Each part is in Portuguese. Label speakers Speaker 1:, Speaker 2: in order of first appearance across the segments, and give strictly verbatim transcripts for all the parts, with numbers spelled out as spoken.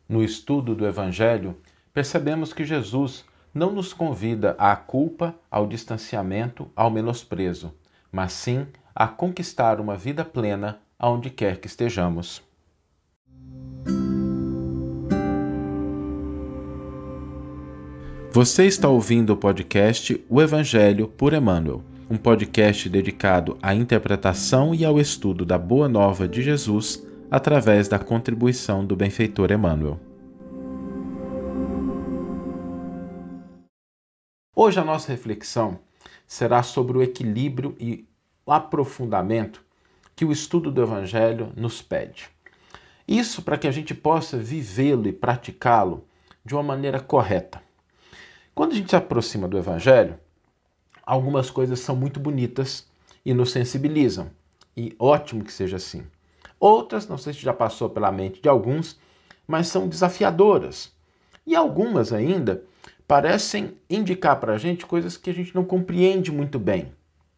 Speaker 1: No estudo do Evangelho, percebemos que Jesus não nos convida à culpa, ao distanciamento, ao menosprezo, mas sim a conquistar uma vida plena aonde quer que estejamos. Você está ouvindo o podcast O Evangelho por Emmanuel, um podcast dedicado à interpretação e ao estudo da Boa Nova de Jesus através da contribuição do benfeitor Emmanuel. Hoje a nossa reflexão será sobre o equilíbrio e o aprofundamento que o estudo do Evangelho nos pede. Isso para que a gente possa vivê-lo e praticá-lo de uma maneira correta. Quando a gente se aproxima do Evangelho, algumas coisas são muito bonitas e nos sensibilizam. E ótimo que seja assim. Outras, não sei se já passou pela mente de alguns, mas são desafiadoras. E algumas ainda parecem indicar para a gente coisas que a gente não compreende muito bem.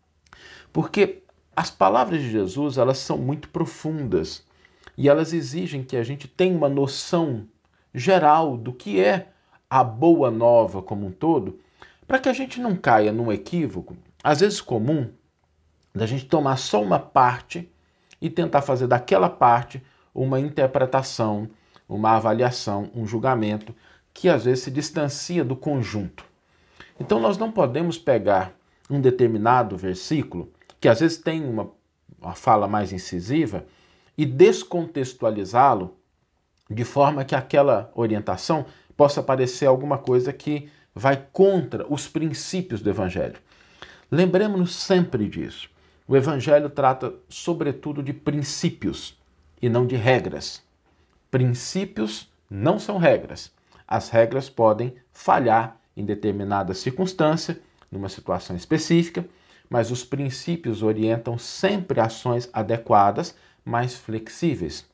Speaker 1: Porque as palavras de Jesus, elas são muito profundas e elas exigem que a gente tenha uma noção geral do que é a Boa Nova como um todo, para que a gente não caia num equívoco, às vezes comum, da gente tomar só uma parte e tentar fazer daquela parte uma interpretação, uma avaliação, um julgamento, que às vezes se distancia do conjunto. Então nós não podemos pegar um determinado versículo, que às vezes tem uma, uma fala mais incisiva, e descontextualizá-lo de forma que aquela orientação possa parecer alguma coisa que vai contra os princípios do Evangelho. Lembremos-nos sempre disso. O Evangelho trata, sobretudo, de princípios e não de regras. Princípios não são regras. As regras podem falhar em determinada circunstância, numa situação específica, mas os princípios orientam sempre ações adequadas, mais flexíveis.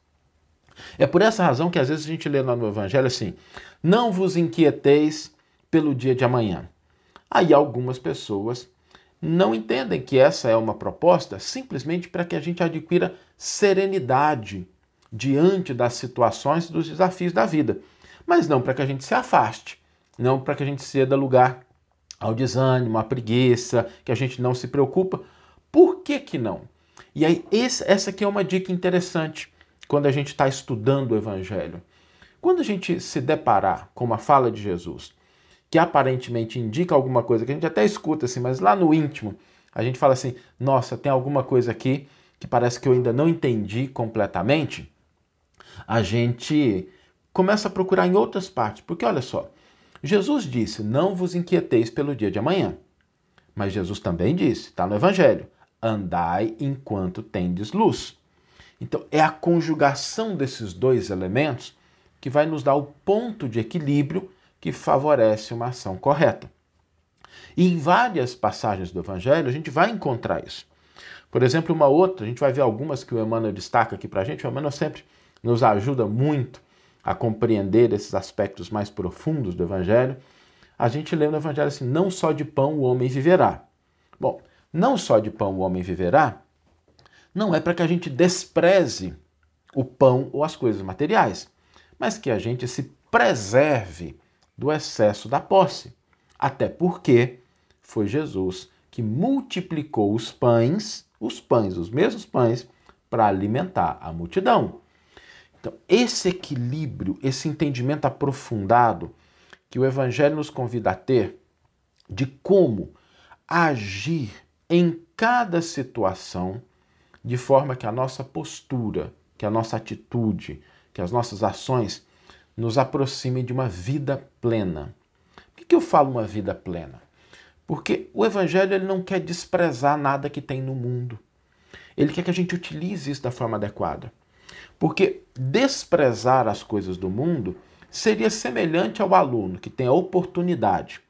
Speaker 1: É por essa razão que às vezes a gente lê lá no Evangelho assim: não vos inquieteis pelo dia de amanhã. Aí algumas pessoas não entendem que essa é uma proposta simplesmente para que a gente adquira serenidade diante das situações e dos desafios da vida, mas não para que a gente se afaste, não para que a gente ceda lugar ao desânimo, à preguiça, que a gente não se preocupa. Por que que não? E aí esse, essa aqui é uma dica interessante quando a gente está estudando o Evangelho. Quando a gente se deparar com uma fala de Jesus, que aparentemente indica alguma coisa, que a gente até escuta assim, mas lá no íntimo, a gente fala assim: nossa, tem alguma coisa aqui que parece que eu ainda não entendi completamente, a gente começa a procurar em outras partes. Porque olha só, Jesus disse: não vos inquieteis pelo dia de amanhã. Mas Jesus também disse, está no Evangelho: andai enquanto tendes luz. Então, é a conjugação desses dois elementos que vai nos dar o ponto de equilíbrio que favorece uma ação correta. E em várias passagens do Evangelho, a gente vai encontrar isso. Por exemplo, uma outra, a gente vai ver algumas que o Emmanuel destaca aqui para a gente. O Emmanuel sempre nos ajuda muito a compreender esses aspectos mais profundos do Evangelho. A gente lê no Evangelho assim: não só de pão o homem viverá. Bom, não só de pão o homem viverá, não é para que a gente despreze o pão ou as coisas materiais, mas que a gente se preserve do excesso da posse. Até porque foi Jesus que multiplicou os pães, os pães, os mesmos pães, para alimentar a multidão. Então, esse equilíbrio, esse entendimento aprofundado que o Evangelho nos convida a ter de como agir em cada situação, de forma que a nossa postura, que a nossa atitude, que as nossas ações nos aproximem de uma vida plena. Por que eu falo uma vida plena? Porque o Evangelho ele não quer desprezar nada que tem no mundo. Ele quer que a gente utilize isso da forma adequada. Porque desprezar as coisas do mundo seria semelhante ao aluno que tem a oportunidade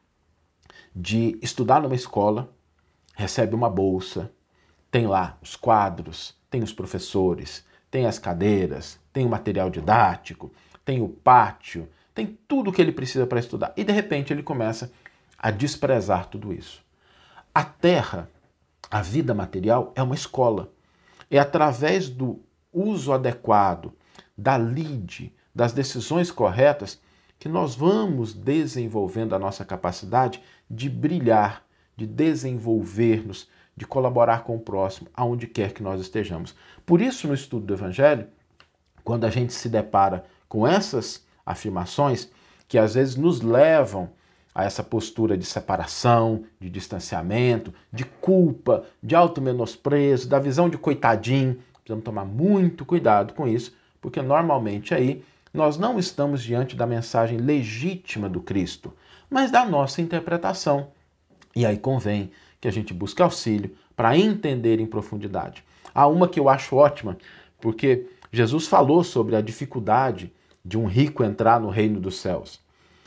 Speaker 1: de estudar numa escola, recebe uma bolsa, tem lá os quadros, tem os professores, tem as cadeiras, tem o material didático, tem o pátio, tem tudo o que ele precisa para estudar. E de repente ele começa a desprezar tudo isso. A Terra, a vida material, é uma escola. É através do uso adequado da lide, das decisões corretas, que nós vamos desenvolvendo a nossa capacidade de brilhar, de desenvolver-nos, de colaborar com o próximo, aonde quer que nós estejamos. Por isso, no estudo do Evangelho, quando a gente se depara com essas afirmações, que às vezes nos levam a essa postura de separação, de distanciamento, de culpa, de auto-menosprezo, da visão de coitadinho, precisamos tomar muito cuidado com isso, porque normalmente aí nós não estamos diante da mensagem legítima do Cristo, mas da nossa interpretação. E aí convém que a gente busque auxílio para entender em profundidade. Há uma que eu acho ótima, porque Jesus falou sobre a dificuldade de um rico entrar no reino dos céus.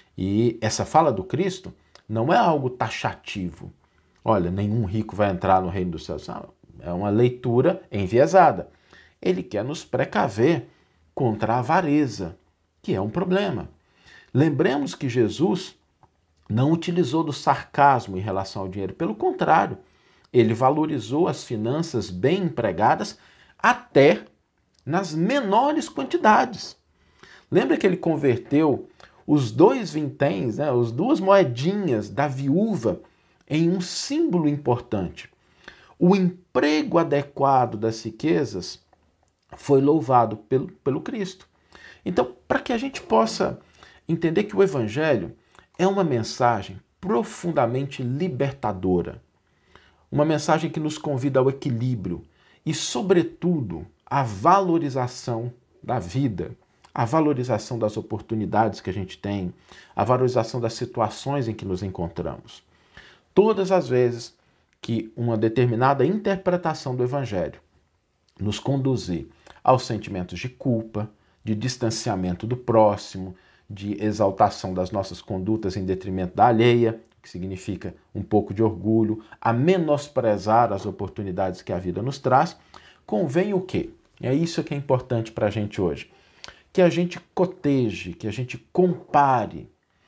Speaker 1: E essa fala do Cristo não é algo taxativo. Olha, nenhum rico vai entrar no reino dos céus. É uma leitura enviesada. Ele quer nos precaver contra a avareza, que é um problema. Lembremos que Jesus não utilizou do sarcasmo em relação ao dinheiro. Pelo contrário, ele valorizou as finanças bem empregadas até nas menores quantidades. Lembra que ele converteu os dois vinténs, né, as duas moedinhas da viúva, em um símbolo importante. O emprego adequado das riquezas foi louvado pelo, pelo Cristo. Então, para que a gente possa entender que o Evangelho é uma mensagem profundamente libertadora, uma mensagem que nos convida ao equilíbrio e, sobretudo, à valorização da vida, a valorização das oportunidades que a gente tem, a valorização das situações em que nos encontramos. Todas as vezes que uma determinada interpretação do Evangelho nos conduzir aos sentimentos de culpa, de distanciamento do próximo, de exaltação das nossas condutas em detrimento da alheia, que significa um pouco de orgulho, a menosprezar as oportunidades que a vida nos traz, convém o quê? É isso que é importante para a gente hoje. Que a gente coteje, que a gente compare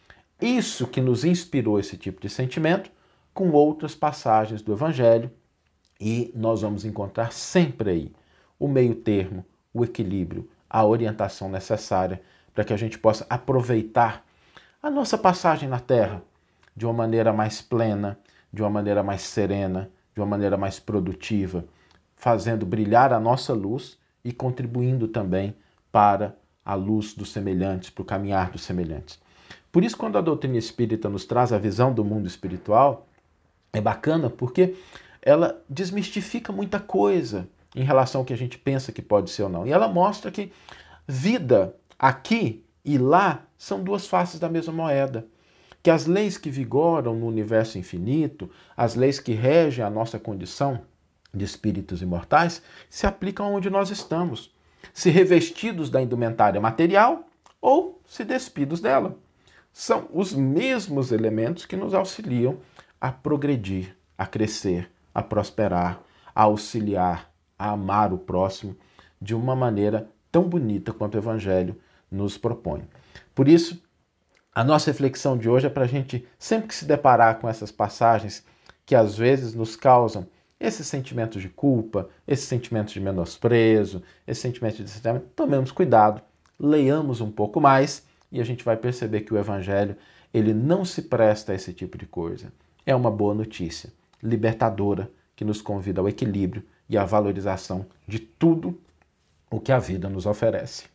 Speaker 1: isso que nos inspirou esse tipo de sentimento com outras passagens do Evangelho e nós vamos encontrar sempre aí o meio termo, o equilíbrio, a orientação necessária para que a gente possa aproveitar a nossa passagem na Terra de uma maneira mais plena, de uma maneira mais serena, de uma maneira mais produtiva, fazendo brilhar a nossa luz e contribuindo também para a luz dos semelhantes, para o caminhar dos semelhantes. Por isso, quando a doutrina espírita nos traz a visão do mundo espiritual, é bacana porque ela desmistifica muita coisa em relação ao que a gente pensa que pode ser ou não. E ela mostra que vida aqui e lá são duas faces da mesma moeda. Que as leis que vigoram no universo infinito, as leis que regem a nossa condição de espíritos imortais, se aplicam onde nós estamos. Se revestidos da indumentária material ou se despidos dela. São os mesmos elementos que nos auxiliam a progredir, a crescer, a prosperar, a auxiliar, a amar o próximo de uma maneira tão bonita quanto o Evangelho nos propõe. Por isso, a nossa reflexão de hoje é para a gente, sempre que se deparar com essas passagens que às vezes nos causam esses sentimentos de culpa, esses sentimentos de menosprezo, esses sentimentos de distanciamento, tomemos cuidado, leiamos um pouco mais e a gente vai perceber que o Evangelho ele não se presta a esse tipo de coisa. É uma boa notícia, libertadora, que nos convida ao equilíbrio e à valorização de tudo o que a vida nos oferece.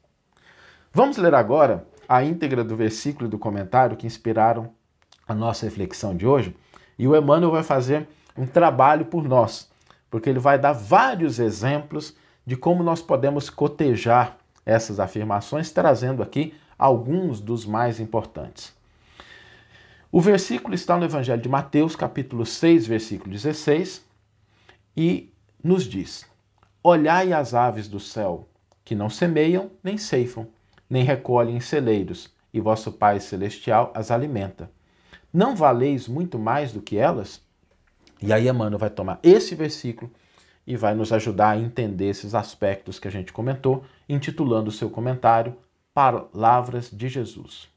Speaker 1: Vamos ler agora a íntegra do versículo e do comentário que inspiraram a nossa reflexão de hoje. E o Emmanuel vai fazer um trabalho por nós, porque ele vai dar vários exemplos de como nós podemos cotejar essas afirmações, trazendo aqui alguns dos mais importantes. O versículo está no Evangelho de Mateus, capítulo seis, versículo dezesseis, e nos diz: Olhai as aves do céu, que não semeiam nem ceifam, nem recolhem em celeiros, e vosso Pai Celestial as alimenta. Não valeis muito mais do que elas? E aí Emmanuel vai tomar esse versículo e vai nos ajudar a entender esses aspectos que a gente comentou, intitulando o seu comentário Palavras de Jesus.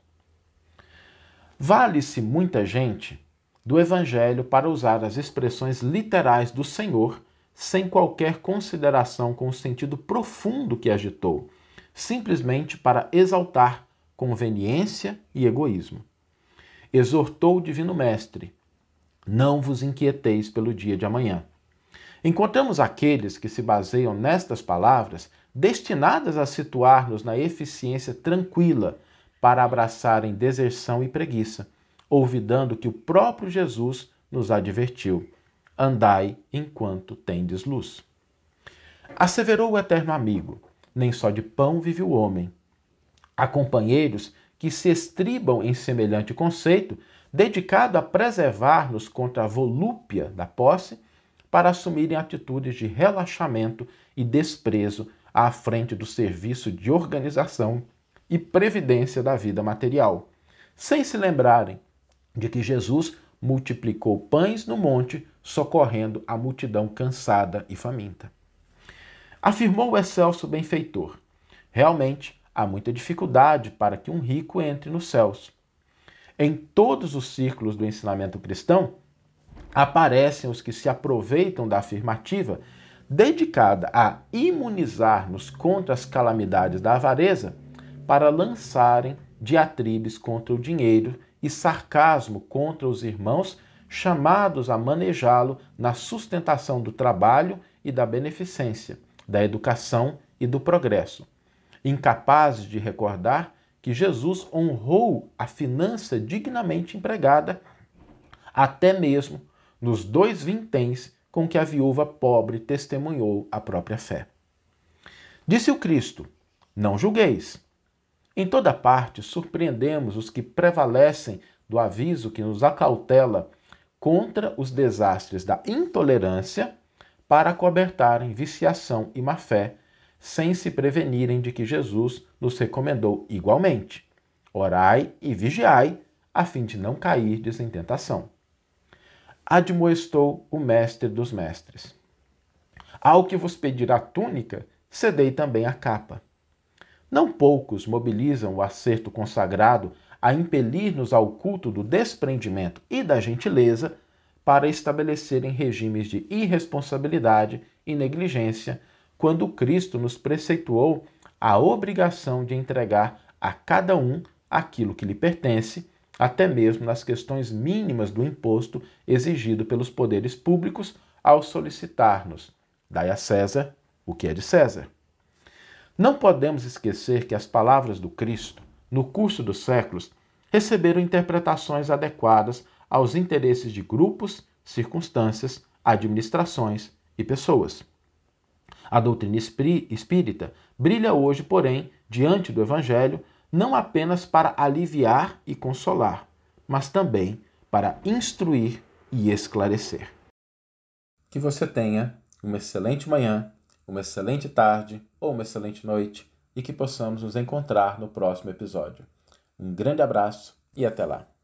Speaker 1: Vale-se muita gente do Evangelho para usar as expressões literais do Senhor sem qualquer consideração com o sentido profundo que agitou, simplesmente para exaltar conveniência e egoísmo. Exortou o Divino Mestre: não vos inquieteis pelo dia de amanhã. Encontramos aqueles que se baseiam nestas palavras destinadas a situar-nos na eficiência tranquila para abraçarem deserção e preguiça, olvidando que o próprio Jesus nos advertiu: andai enquanto tendes luz. Asseverou o eterno amigo: nem só de pão vive o homem. Há companheiros que se estribam em semelhante conceito, dedicado a preservar-nos contra a volúpia da posse, para assumirem atitudes de relaxamento e desprezo à frente do serviço de organização e previdência da vida material, sem se lembrarem de que Jesus multiplicou pães no monte, socorrendo a multidão cansada e faminta. Afirmou o excelso benfeitor: realmente há muita dificuldade para que um rico entre nos céus. Em todos os círculos do ensinamento cristão, aparecem os que se aproveitam da afirmativa dedicada a imunizar-nos contra as calamidades da avareza para lançarem diatribes contra o dinheiro e sarcasmo contra os irmãos chamados a manejá-lo na sustentação do trabalho e da beneficência, da educação e do progresso, incapazes de recordar que Jesus honrou a finança dignamente empregada, até mesmo nos dois vinténs com que a viúva pobre testemunhou a própria fé. Disse o Cristo: não julgueis. Em toda parte surpreendemos os que prevalecem do aviso que nos acautela contra os desastres da intolerância para acobertarem viciação e má-fé, sem se prevenirem de que Jesus nos recomendou igualmente: orai e vigiai, a fim de não cairdes em tentação. Admoestou o mestre dos mestres: ao que vos pedir a túnica, cedei também a capa. Não poucos mobilizam o acerto consagrado a impelir-nos ao culto do desprendimento e da gentileza para estabelecerem regimes de irresponsabilidade e negligência, quando Cristo nos preceituou a obrigação de entregar a cada um aquilo que lhe pertence, até mesmo nas questões mínimas do imposto exigido pelos poderes públicos ao solicitar-nos: dai a César o que é de César. Não podemos esquecer que as palavras do Cristo, no curso dos séculos, receberam interpretações adequadas aos interesses de grupos, circunstâncias, administrações e pessoas. A doutrina espírita brilha hoje, porém, diante do Evangelho, não apenas para aliviar e consolar, mas também para instruir e esclarecer. Que você tenha uma excelente manhã, uma excelente tarde ou uma excelente noite e que possamos nos encontrar no próximo episódio. Um grande abraço e até lá!